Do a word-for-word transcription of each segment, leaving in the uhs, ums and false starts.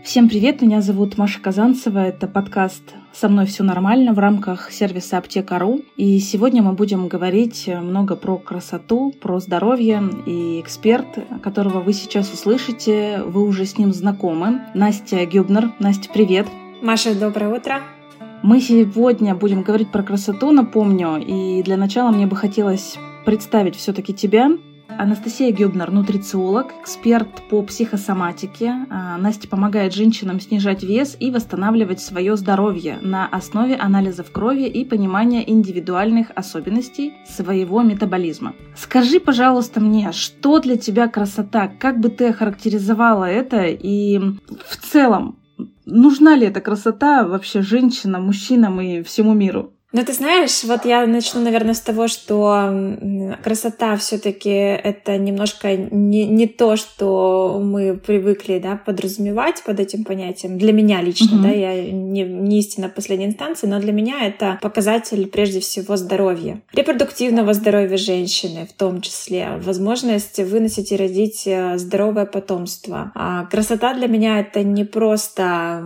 Всем привет, меня зовут Маша Казанцева, это подкаст «Со мной все нормально» в рамках сервиса Аптека точка ру. И сегодня мы будем говорить много про красоту, про здоровье, и эксперт, которого вы сейчас услышите, вы уже с ним знакомы, Настя Гюбнер. Настя, привет! Маша, доброе утро! Мы сегодня будем говорить про красоту, напомню, и для начала мне бы хотелось представить все-таки тебя. Анастасия Гюбнер, нутрициолог, эксперт по психосоматике. Настя помогает женщинам снижать вес и восстанавливать свое здоровье на основе анализов крови и понимания индивидуальных особенностей своего метаболизма. Скажи, пожалуйста, мне, что для тебя красота? Как бы ты охарактеризовала это? И в целом, нужна ли эта красота вообще женщинам, мужчинам и всему миру? Ну, ты знаешь, вот я начну, наверное, с того, что красота все-таки это немножко не, не то, что мы привыкли, да, подразумевать под этим понятием. Для меня лично, mm-hmm. да, я не, не истина последней инстанции, но для меня это показатель, прежде всего, здоровья. Репродуктивного здоровья женщины, в том числе. Возможность выносить и родить здоровое потомство. А красота для меня это не просто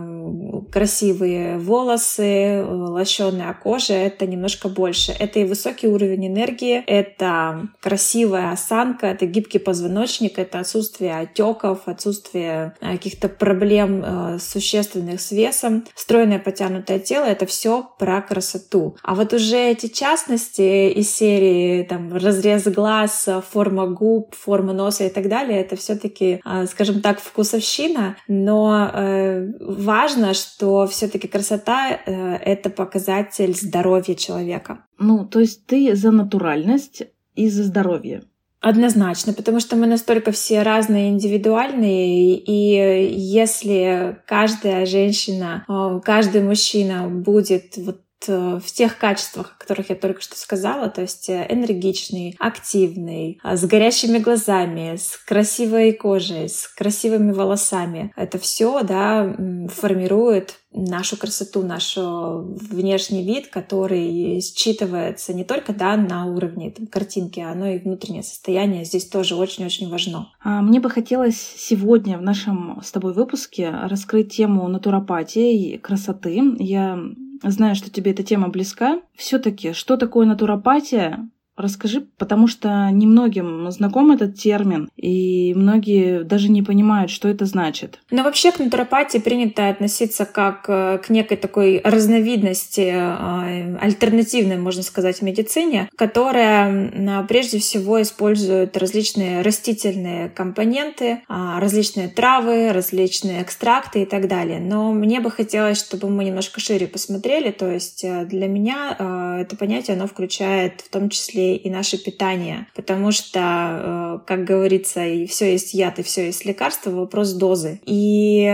красивые волосы, лощеная кожа, это немножко больше. Это и высокий уровень энергии, это красивая осанка, это гибкий позвоночник, это отсутствие отеков, отсутствие каких-то проблем э, существенных с весом, стройное потянутое тело. Это все про красоту. А вот уже эти частности из серии там разрез глаз, форма губ, форма носа и так далее, это все-таки, э, скажем так, вкусовщина. Но э, важно, что все-таки красота э, это показатель здоровья человека. Ну, то есть ты за натуральность и за здоровье? Однозначно, потому что мы настолько все разные, индивидуальные, и если каждая женщина, каждый мужчина будет вот в тех качествах, о которых я только что сказала, то есть энергичный, активный, с горящими глазами, с красивой кожей, с красивыми волосами. Это все, да, формирует нашу красоту, наш внешний вид, который считывается не только, да, на уровне там, картинки, но и внутреннее состояние. Здесь тоже очень-очень важно. Мне бы хотелось сегодня в нашем с тобой выпуске раскрыть тему натуропатии и красоты. Я знаю, что тебе эта тема близка. Все-таки, что такое натуропатия? Расскажи, потому что немногим знаком этот термин, и многие даже не понимают, что это значит. Но вообще к натуропатии принято относиться как к некой такой разновидности альтернативной, можно сказать, медицине, которая прежде всего использует различные растительные компоненты, различные травы, различные экстракты и так далее. Но мне бы хотелось, чтобы мы немножко шире посмотрели, то есть для меня это понятие, оно включает в том числе и наше питание, потому что, как говорится, и все есть яд, и все есть лекарство, вопрос дозы. И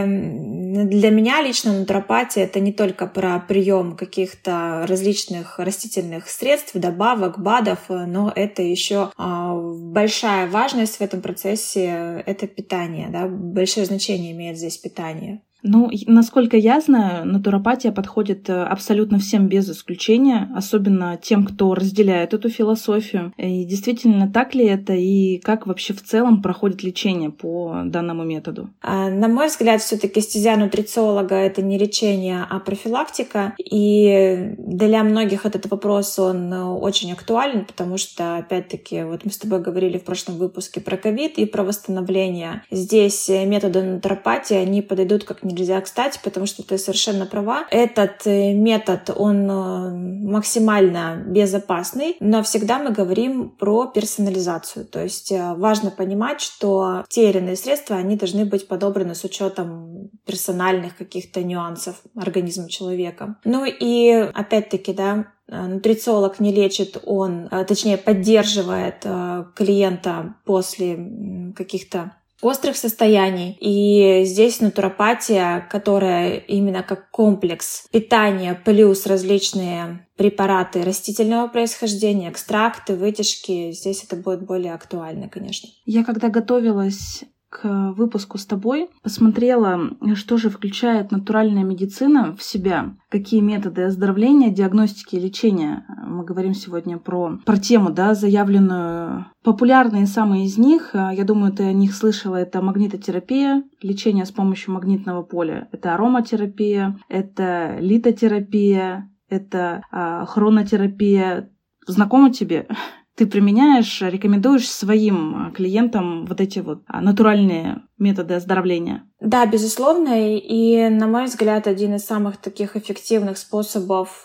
для меня лично натуропатия — это не только про прием каких-то различных растительных средств, добавок, БАДов, но это еще большая важность в этом процессе — это питание, да? Большое значение имеет здесь питание. Ну, насколько я знаю, натуропатия подходит абсолютно всем без исключения, особенно тем, кто разделяет эту философию. И действительно, так ли это и как вообще в целом проходит лечение по данному методу? На мой взгляд, все-таки стезя нутрициолога — это не лечение, а профилактика. И для многих этот вопрос, он очень актуален, потому что, опять-таки, вот мы с тобой говорили в прошлом выпуске про ковид и про восстановление. Здесь методы натуропатии, они подойдут как нельзя кстати, потому что ты совершенно права. Этот метод, он максимально безопасный, но всегда мы говорим про персонализацию. То есть важно понимать, что те или иные средства, они должны быть подобраны с учетом персональных каких-то нюансов организма человека. Ну и опять-таки, да, нутрициолог не лечит, он, точнее, поддерживает клиента после каких-то острых состояний. И здесь натуропатия, которая именно как комплекс питания плюс различные препараты растительного происхождения, экстракты, вытяжки, здесь это будет более актуально, конечно. Я когда готовилась к выпуску с тобой, посмотрела, что же включает натуральная медицина в себя, какие методы оздоровления, диагностики и лечения мы говорим сегодня про, про тему, да, заявленную. Популярные самые из них, я думаю, ты о них слышала, это магнитотерапия, лечение с помощью магнитного поля, это ароматерапия, это литотерапия, это а, хронотерапия. Знакомо тебе? Ты применяешь, рекомендуешь своим клиентам вот эти вот натуральные методы оздоровления? Да, безусловно. И, на мой взгляд, один из самых таких эффективных способов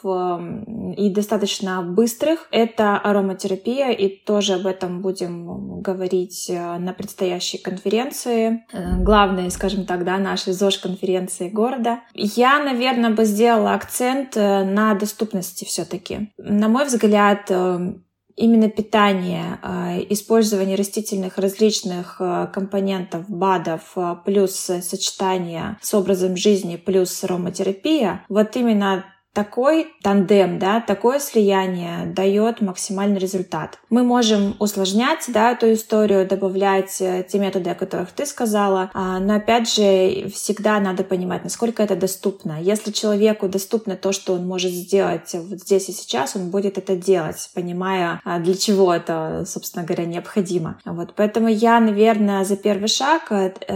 и достаточно быстрых — это ароматерапия. И тоже об этом будем говорить на предстоящей конференции. Главной, скажем так, да, нашей ЗОЖ-конференции города. Я, наверное, бы сделала акцент на доступности все-таки. На мой взгляд, именно питание, использование растительных различных компонентов, БАДов, плюс сочетание с образом жизни, плюс ароматерапия, вот именно такой тандем, да, такое слияние дает максимальный результат. Мы можем усложнять, да, эту историю, добавлять те методы, о которых ты сказала, но опять же всегда надо понимать, насколько это доступно. Если человеку доступно то, что он может сделать вот здесь и сейчас, он будет это делать, понимая, для чего это, собственно говоря, необходимо. Вот, поэтому я, наверное, за первый шаг,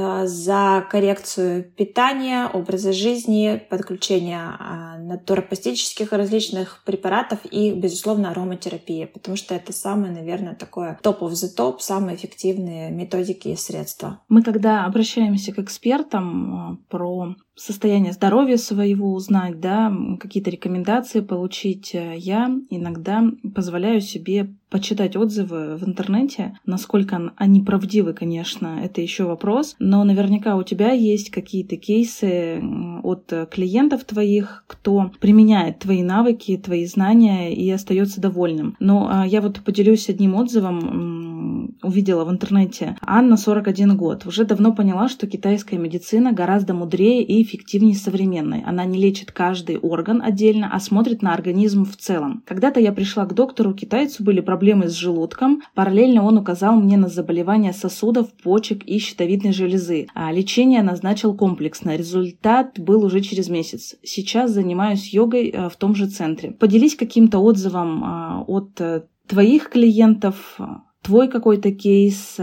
за коррекцию питания, образа жизни, подключение натуропатических различных препаратов и, безусловно, ароматерапия, потому что это самое, наверное, такое top of the top, самые эффективные методики и средства. Мы, когда обращаемся к экспертам про состояние здоровья своего узнать, да, какие-то рекомендации получить, я иногда позволяю себе почитать отзывы в интернете. Насколько они правдивы, конечно, это еще вопрос, но наверняка у тебя есть какие-то кейсы от клиентов твоих, кто применяет твои навыки, твои знания и остается довольным. Но я вот поделюсь одним отзывом, увидела в интернете. Анна, сорок один год, уже давно поняла, что китайская медицина гораздо мудрее и эффективнее современной. Она не лечит каждый орган отдельно, а смотрит на организм в целом. Когда-то я пришла к доктору китайцу, были проблемы с желудком. Параллельно он указал мне на заболевания сосудов, почек и щитовидной железы. А лечение назначил комплексное. Результат был уже через месяц. Сейчас занимаюсь йогой в том же центре. Поделись каким-то отзывом от твоих клиентов, твой какой-то кейс,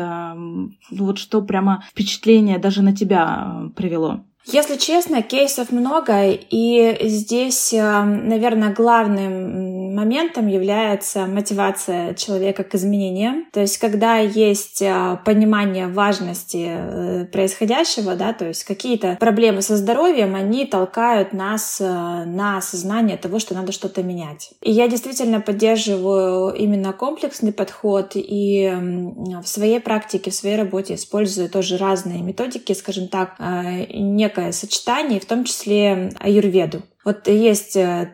вот что прямо впечатление даже на тебя привело. Если честно, кейсов много, и здесь, наверное, главным моментом является мотивация человека к изменениям. То есть, когда есть понимание важности происходящего, да, то есть какие-то проблемы со здоровьем, они толкают нас на осознание того, что надо что-то менять. И я действительно поддерживаю именно комплексный подход, и в своей практике, в своей работе использую тоже разные методики, скажем так, некое сочетание, в том числе аюрведу. Вот есть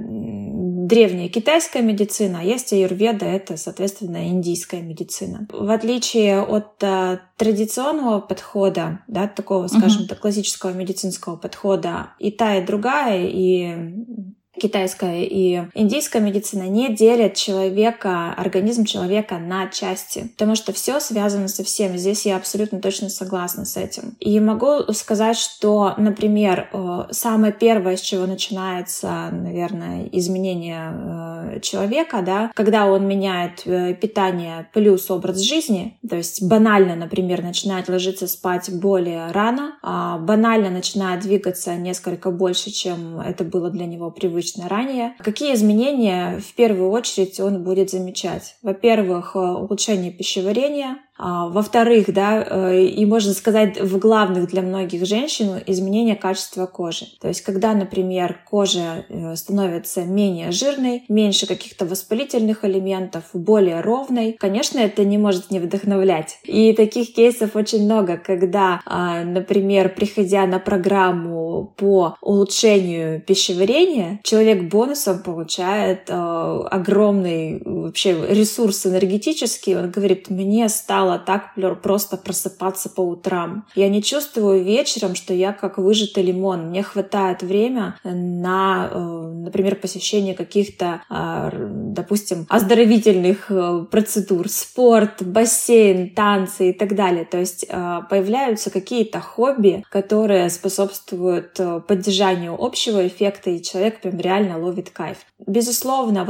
древняя китайская медицина, а есть аюрведа, это, соответственно, индийская медицина. В отличие от традиционного подхода, да, такого, скажем так, классического медицинского подхода, и та, и другая, и китайская и индийская медицина не делят человека, организм человека на части, потому что все связано со всем. Здесь я абсолютно точно согласна с этим. И могу сказать, что, например, самое первое, с чего начинается, наверное, изменение человека, да, когда он меняет питание плюс образ жизни, то есть банально, например, начинает ложиться спать более рано, а банально начинает двигаться несколько больше, чем это было для него привычно ранее. Какие изменения в первую очередь он будет замечать? Во-первых, улучшение пищеварения. Во-вторых, да, и можно сказать, в главных для многих женщин изменение качества кожи. То есть, когда, например, кожа становится менее жирной, меньше каких-то воспалительных элементов, более ровной, конечно, это не может не вдохновлять. И таких кейсов очень много, когда, например, приходя на программу по улучшению пищеварения, человек бонусом получает огромный вообще ресурс энергетический. Он говорит: мне стало так просто просыпаться по утрам. Я не чувствую вечером, что я как выжатый лимон. Мне хватает времени на, например, посещение каких-то, допустим, оздоровительных процедур, спорт, бассейн, танцы и так далее. То есть появляются какие-то хобби, которые способствуют поддержанию общего эффекта, и человек прям реально ловит кайф. Безусловно, вот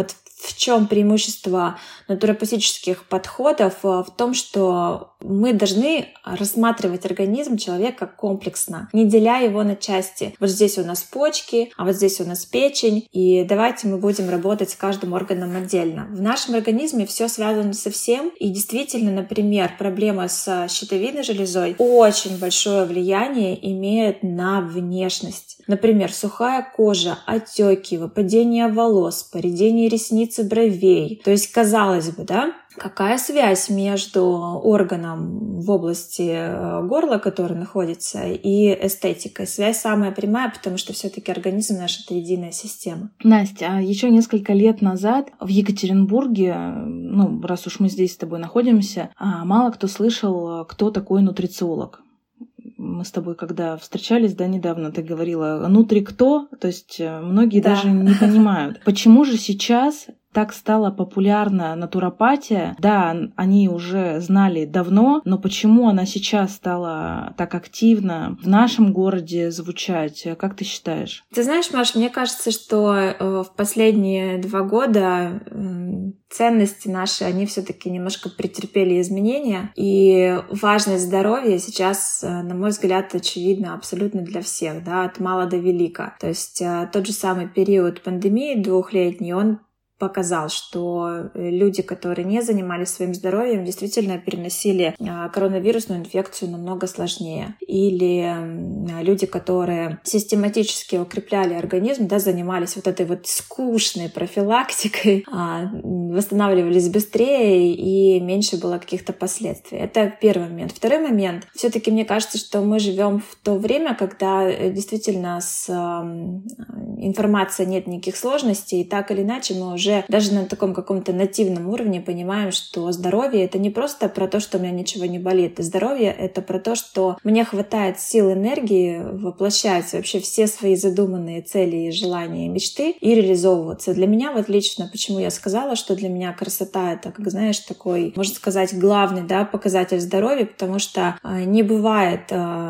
в чем преимущество натуропатических подходов? В том, что мы должны рассматривать организм человека комплексно, не деля его на части. Вот здесь у нас почки, а вот здесь у нас печень, и давайте мы будем работать с каждым органом отдельно. В нашем организме все связано со всем, и действительно, например, проблема с щитовидной железой очень большое влияние имеет на внешность. Например, сухая кожа, отеки, выпадение волос, поредение ресниц и бровей. То есть, казалось бы, да, какая связь между органом в области горла, который находится, и эстетикой? Связь самая прямая, потому что все-таки организм наш — это единая система. Настя, а еще несколько лет назад в Екатеринбурге, ну, раз уж мы здесь с тобой находимся, мало кто слышал, кто такой нутрициолог. Мы с тобой, когда встречались, да, недавно, ты говорила, нутри кто? То есть многие да. даже не понимают. Почему же сейчас так стала популярна натуропатия? Да, они уже знали давно, но почему она сейчас стала так активно в нашем городе звучать? Как ты считаешь? Ты знаешь, Маш, мне кажется, что в последние два года ценности наши, они все-таки немножко претерпели изменения, и важность здоровья сейчас, на мой взгляд, очевидна абсолютно для всех, да, от мала до велика. То есть тот же самый период пандемии двухлетний, он показал, что люди, которые не занимались своим здоровьем, действительно переносили коронавирусную инфекцию намного сложнее. Или люди, которые систематически укрепляли организм, да, занимались вот этой вот скучной профилактикой, восстанавливались быстрее и меньше было каких-то последствий. Это первый момент. Второй момент. Все-таки мне кажется, что мы живем в то время, когда действительно с информацией нет никаких сложностей, и так или иначе мы уже даже на таком каком-то нативном уровне понимаем, что здоровье — это не просто про то, что у меня ничего не болит. Здоровье — это про то, что мне хватает сил, энергии воплощать вообще все свои задуманные цели и желания, и мечты и реализовываться. Для меня вот лично, почему я сказала, что для меня красота — это, как знаешь, такой, можно сказать, главный, да, показатель здоровья, потому что не бывает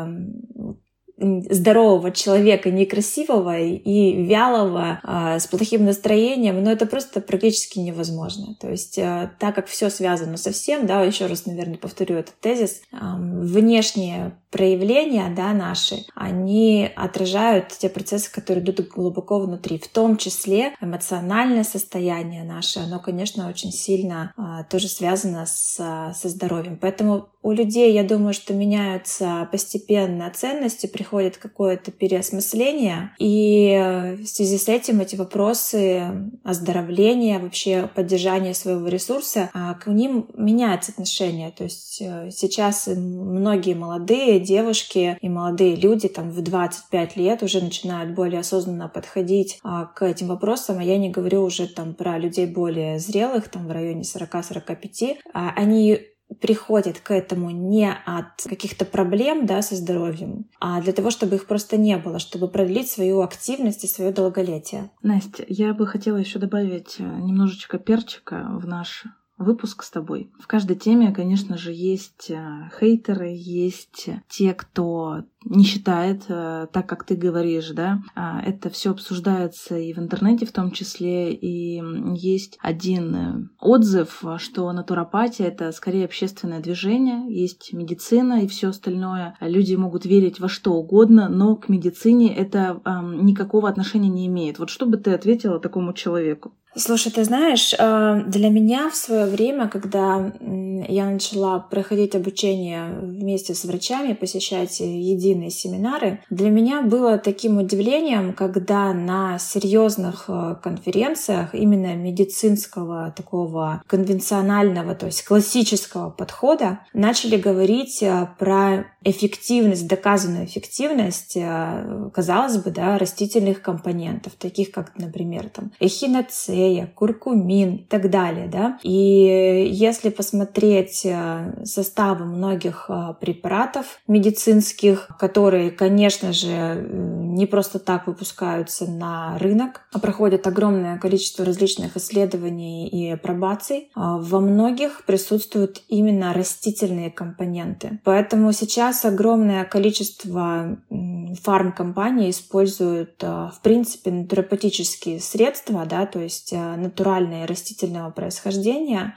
здорового человека, некрасивого и вялого, э, с плохим настроением, но это просто практически невозможно. То есть, э, так как все связано со всем, да, еще раз, наверное, повторю этот тезис, э, внешние проявления, да, наши, они отражают те процессы, которые идут глубоко внутри, в том числе эмоциональное состояние наше, оно, конечно, очень сильно э, тоже связано с, со здоровьем. Поэтому у людей, я думаю, что меняются постепенно ценности, приходит какое-то переосмысление, и в связи с этим эти вопросы оздоровления, вообще поддержания своего ресурса, к ним меняется отношение. То есть сейчас многие молодые девушки и молодые люди там в двадцать пять лет уже начинают более осознанно подходить к этим вопросам, а я не говорю уже там про людей более зрелых, там в районе сорок-сорок пять, они приходят к этому не от каких-то проблем, да, со здоровьем, а для того, чтобы их просто не было, чтобы продлить свою активность и свое долголетие. Настя, я бы хотела еще добавить немножечко перчика в наш выпуск с тобой. В каждой теме, конечно же, есть хейтеры, есть те, кто не считает, так как ты говоришь, да, это все обсуждается и в интернете в том числе, и есть один отзыв, что натуропатия — это скорее общественное движение, есть медицина и все остальное. Люди могут верить во что угодно, но к медицине это никакого отношения не имеет. Вот что бы ты ответила такому человеку? Слушай, ты знаешь, для меня в свое время, когда я начала проходить обучение вместе с врачами, посещать единые семинары, для меня было таким удивлением, когда на серьезных конференциях именно медицинского, такого конвенционального, то есть классического подхода начали говорить про эффективность, доказанную эффективность, казалось бы, да, растительных компонентов, таких как, например, там, эхиноцея, куркумин и так далее. Да? И если посмотреть составы многих препаратов медицинских, которые, конечно же, не просто так выпускаются на рынок, а проходят огромное количество различных исследований и апробаций, во многих присутствуют именно растительные компоненты. Поэтому сейчас огромное количество фармкомпании используют, в принципе, натуропатические средства, да, то есть натуральные растительного происхождения,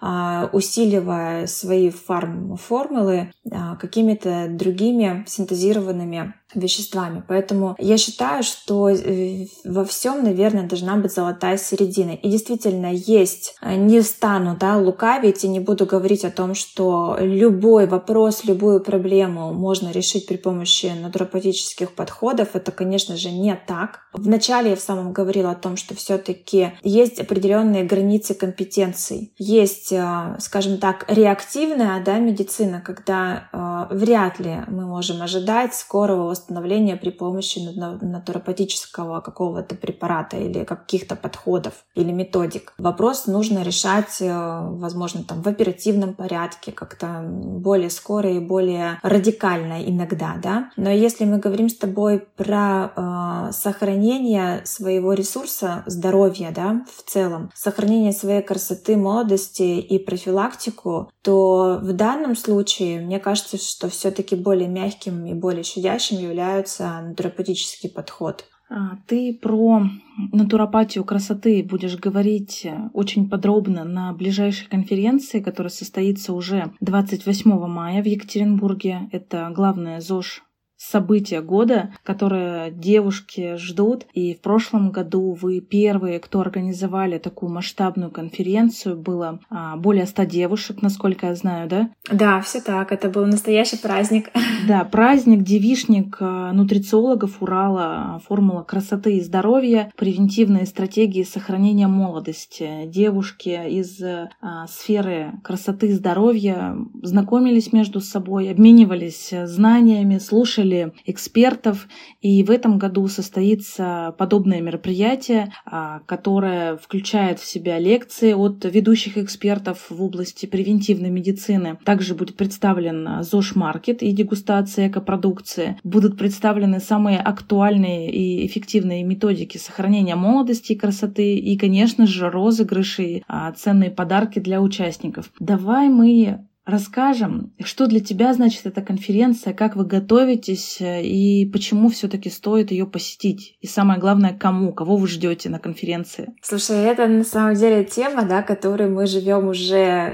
усиливая свои фармформулы какими-то другими синтезированными веществами. Поэтому я считаю, что во всем, наверное, должна быть золотая середина. И действительно есть, не стану, да, лукавить и не буду говорить о том, что любой вопрос, любую проблему можно решить при помощи натуропатических подходов. Это, конечно же, не так. Вначале я в самом говорила о том, что все-таки есть определенные границы компетенций. Есть, скажем так, реактивная, да, медицина, когда э, вряд ли мы можем ожидать скорого восстановления при помощи натуропатического какого-то препарата или каких-то подходов или методик. Вопрос нужно решать, возможно, там, в оперативном порядке, как-то более скоро и более радикально иногда, да. Но если мы говорим с тобой про э, сохранение своего ресурса, здоровья, да, в целом, сохранение своей красоты, молодости и профилактику, то в данном случае, мне кажется, что все-таки более мягким и более щадящим является натуропатический подход. Ты про натуропатию красоты будешь говорить очень подробно на ближайшей конференции, которая состоится уже двадцать восьмого мая в Екатеринбурге. Это главная ЗОЖ события года, которое девушки ждут. И в прошлом году вы первые, кто организовали такую масштабную конференцию. Было а, более ста девушек, насколько я знаю, да? Да, все так. Это был настоящий праздник. Да, праздник, девичник нутрициологов Урала, формула красоты и здоровья, превентивные стратегии сохранения молодости. Девушки из а, сферы красоты и здоровья знакомились между собой, обменивались знаниями, слушали экспертов, и в этом году состоится подобное мероприятие, которое включает в себя лекции от ведущих экспертов в области превентивной медицины. Также будет представлен ЗОЖ-маркет и дегустация экопродукции. Будут представлены самые актуальные и эффективные методики сохранения молодости и красоты, и, конечно же, розыгрыши и ценные подарки для участников. Давай мы расскажем, что для тебя значит эта конференция, как вы готовитесь и почему все-таки стоит ее посетить. И самое главное, кому, кого вы ждете на конференции. Слушай, это на самом деле тема, да, которой мы живем уже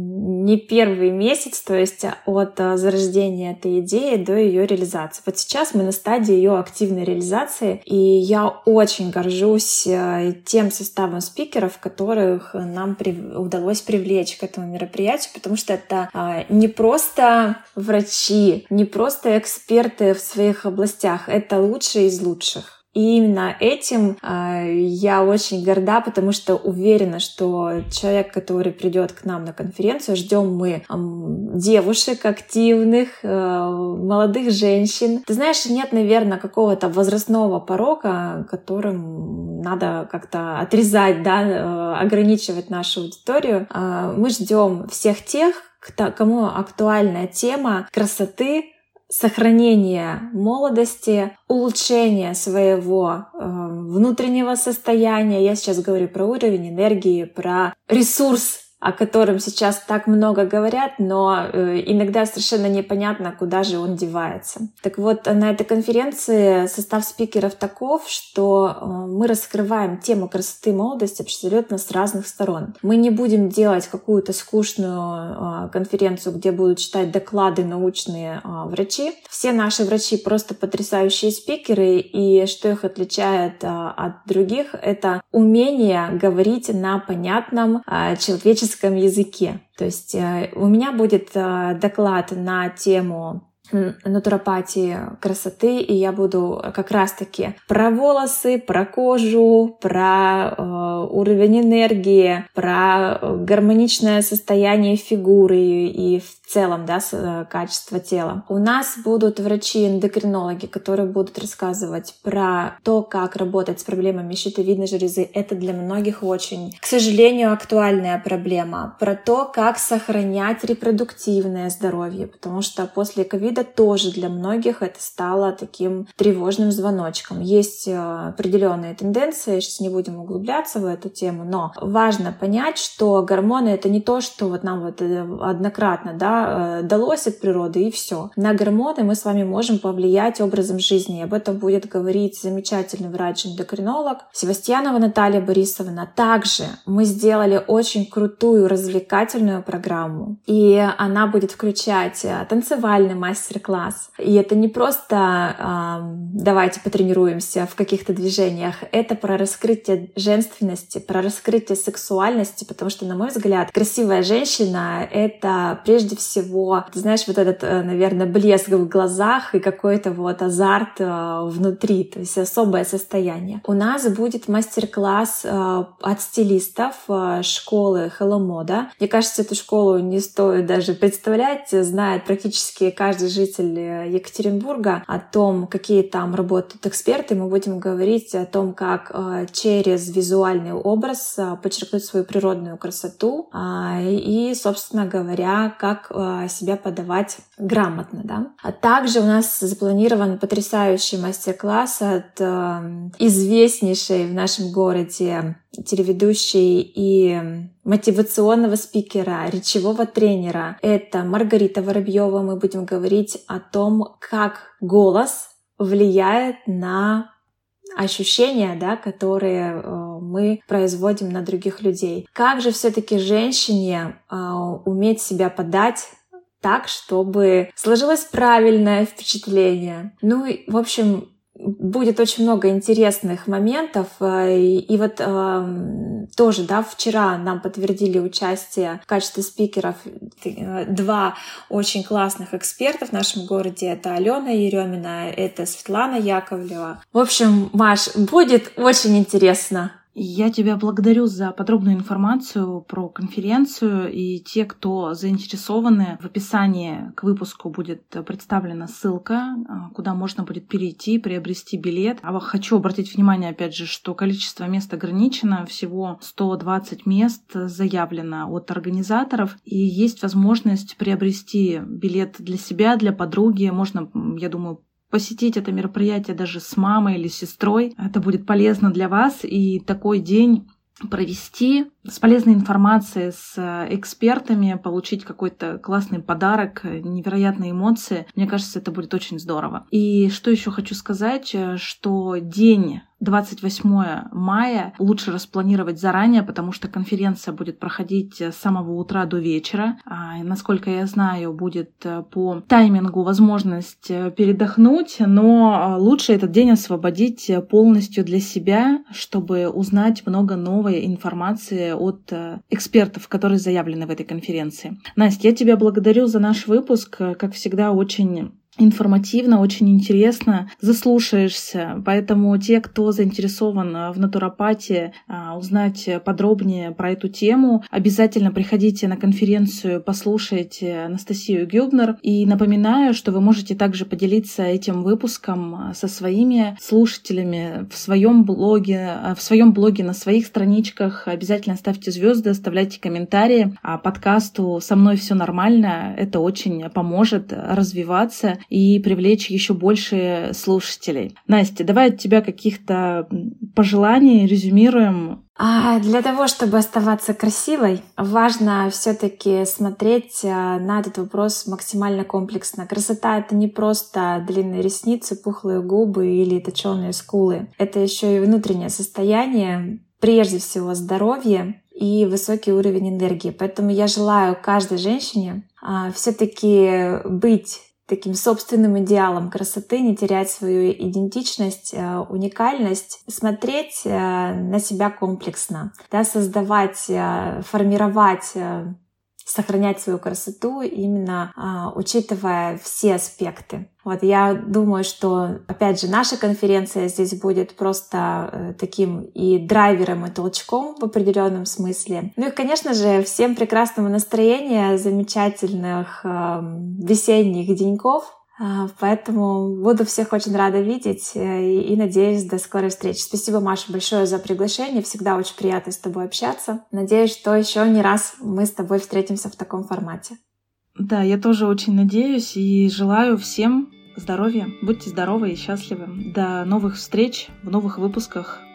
не первый месяц, то есть от зарождения этой идеи до ее реализации. Вот сейчас мы на стадии ее активной реализации, и я очень горжусь тем составом спикеров, которых нам удалось привлечь к этому мероприятию, потому что это не просто врачи, не просто эксперты в своих областях, это лучшие из лучших. И именно этим э, я очень горда, потому что уверена, что человек, который придет к нам на конференцию, ждем мы э, девушек активных, э, молодых женщин. Ты знаешь, нет, наверное, какого-то возрастного порога, которым надо как-то отрезать, да, э, ограничивать нашу аудиторию. Э, мы ждем всех тех, кто, кому актуальна тема красоты, сохранение молодости, улучшение своего э, внутреннего состояния. Я сейчас говорю про уровень энергии, про ресурс, о котором сейчас так много говорят, но э, иногда совершенно непонятно, куда же он девается. Так вот, на этой конференции состав спикеров таков, что э, мы раскрываем тему красоты и молодости абсолютно с разных сторон. Мы не будем делать какую-то скучную э, конференцию, где будут читать доклады научные э, врачи. Все наши врачи просто потрясающие спикеры, и что их отличает э, от других, это умение говорить на понятном э, человеческом языке. То есть э, у меня будет э, доклад на тему натуропатии красоты, и я буду как раз-таки про волосы, про кожу, про э, уровень энергии, про гармоничное состояние фигуры и в целом, да, качество тела. У нас будут врачи-эндокринологи, которые будут рассказывать про то, как работать с проблемами щитовидной железы. Это для многих очень, к сожалению, актуальная проблема. Про то, как сохранять репродуктивное здоровье, потому что после ковида ковида тоже для многих это стало таким тревожным звоночком. Есть определенные тенденции, сейчас не будем углубляться в эту тему, но важно понять, что гормоны — это не то, что вот нам вот однократно, да, далось от природы и все. На гормоны мы с вами можем повлиять образом жизни. Об этом будет говорить замечательный врач-эндокринолог Севастьянова Наталья Борисовна. Также мы сделали очень крутую развлекательную программу, и она будет включать танцевальный мастер-класс. И это не просто э, давайте потренируемся в каких-то движениях, это про раскрытие женственности, про раскрытие сексуальности, потому что, на мой взгляд, красивая женщина — это прежде всего, ты знаешь, вот этот, наверное, блеск в глазах и какой-то вот азарт э, внутри, то есть особое состояние. У нас будет мастер-класс э, от стилистов э, школы Hello Moda. Мне кажется, эту школу не стоит даже представлять, знает практически каждый житель Екатеринбурга о том, какие там работают эксперты. Мы будем говорить о том, как э, через визуальный образ э, подчеркнуть свою природную красоту э, и, собственно говоря, как э, себя подавать грамотно. Да? А также у нас запланирован потрясающий мастер-класс от э, известнейшей в нашем городе телеведущей и мотивационного спикера, речевого тренера. Это Маргарита Воробьева. Мы будем говорить о том, как голос влияет на ощущения, да, которые э, мы производим на других людей. Как же все-таки женщине э, уметь себя подать так, чтобы сложилось правильное впечатление. Ну и, в общем, будет очень много интересных моментов. И, и вот э, тоже, да, вчера нам подтвердили участие в качестве спикеров два очень классных эксперта в нашем городе. Это Алена Еремина, это Светлана Яковлева. В общем, Маш, будет очень интересно. Я тебя благодарю за подробную информацию про конференцию, и те, кто заинтересованы, в описании к выпуску будет представлена ссылка, куда можно будет перейти, приобрести билет. А хочу обратить внимание, опять же, что количество мест ограничено, всего сто двадцать мест заявлено от организаторов, и есть возможность приобрести билет для себя, для подруги. Можно, я думаю, посетить это мероприятие даже с мамой или сестрой. Это будет полезно для вас. И такой день провести с полезной информацией, с экспертами, получить какой-то классный подарок, невероятные эмоции. Мне кажется, это будет очень здорово. И что еще хочу сказать, что день двадцать восьмое мая лучше распланировать заранее, потому что конференция будет проходить с самого утра до вечера. А, насколько я знаю, будет по таймингу возможность передохнуть, но лучше этот день освободить полностью для себя, чтобы узнать много новой информации от экспертов, которые заявлены в этой конференции. Настя, я тебя благодарю за наш выпуск. Как всегда, очень информативно, очень интересно, заслушаешься. Поэтому те, кто заинтересован в натуропатии, узнать подробнее про эту тему, обязательно приходите на конференцию, послушайте Анастасию Гюбнер. И напоминаю, что вы можете также поделиться этим выпуском со своими слушателями в своем блоге, в своем блоге, на своих страничках. Обязательно ставьте звезды, оставляйте комментарии. А подкасту «Со мной все нормально» это очень поможет развиваться и привлечь еще больше слушателей. Настя, давай от тебя каких-то пожеланий резюмируем. А для того, чтобы оставаться красивой, важно все-таки смотреть на этот вопрос максимально комплексно. Красота — это не просто длинные ресницы, пухлые губы или точёные скулы. Это еще и внутреннее состояние, прежде всего здоровье и высокий уровень энергии. Поэтому я желаю каждой женщине все-таки быть таким собственным идеалом красоты, не терять свою идентичность, уникальность, смотреть на себя комплексно, да, создавать, формировать, сохранять свою красоту, именно учитывая все аспекты. Вот, я думаю, что, опять же, наша конференция здесь будет просто таким и драйвером, и толчком в определенном смысле. Ну и, конечно же, всем прекрасного настроения, замечательных э, весенних деньков. Э, поэтому буду всех очень рада видеть и, и надеюсь, до скорой встречи. Спасибо, Маша, большое за приглашение. Всегда очень приятно с тобой общаться. Надеюсь, что еще не раз мы с тобой встретимся в таком формате. Да, я тоже очень надеюсь и желаю всем здоровья. Будьте здоровы и счастливы. До новых встреч в новых выпусках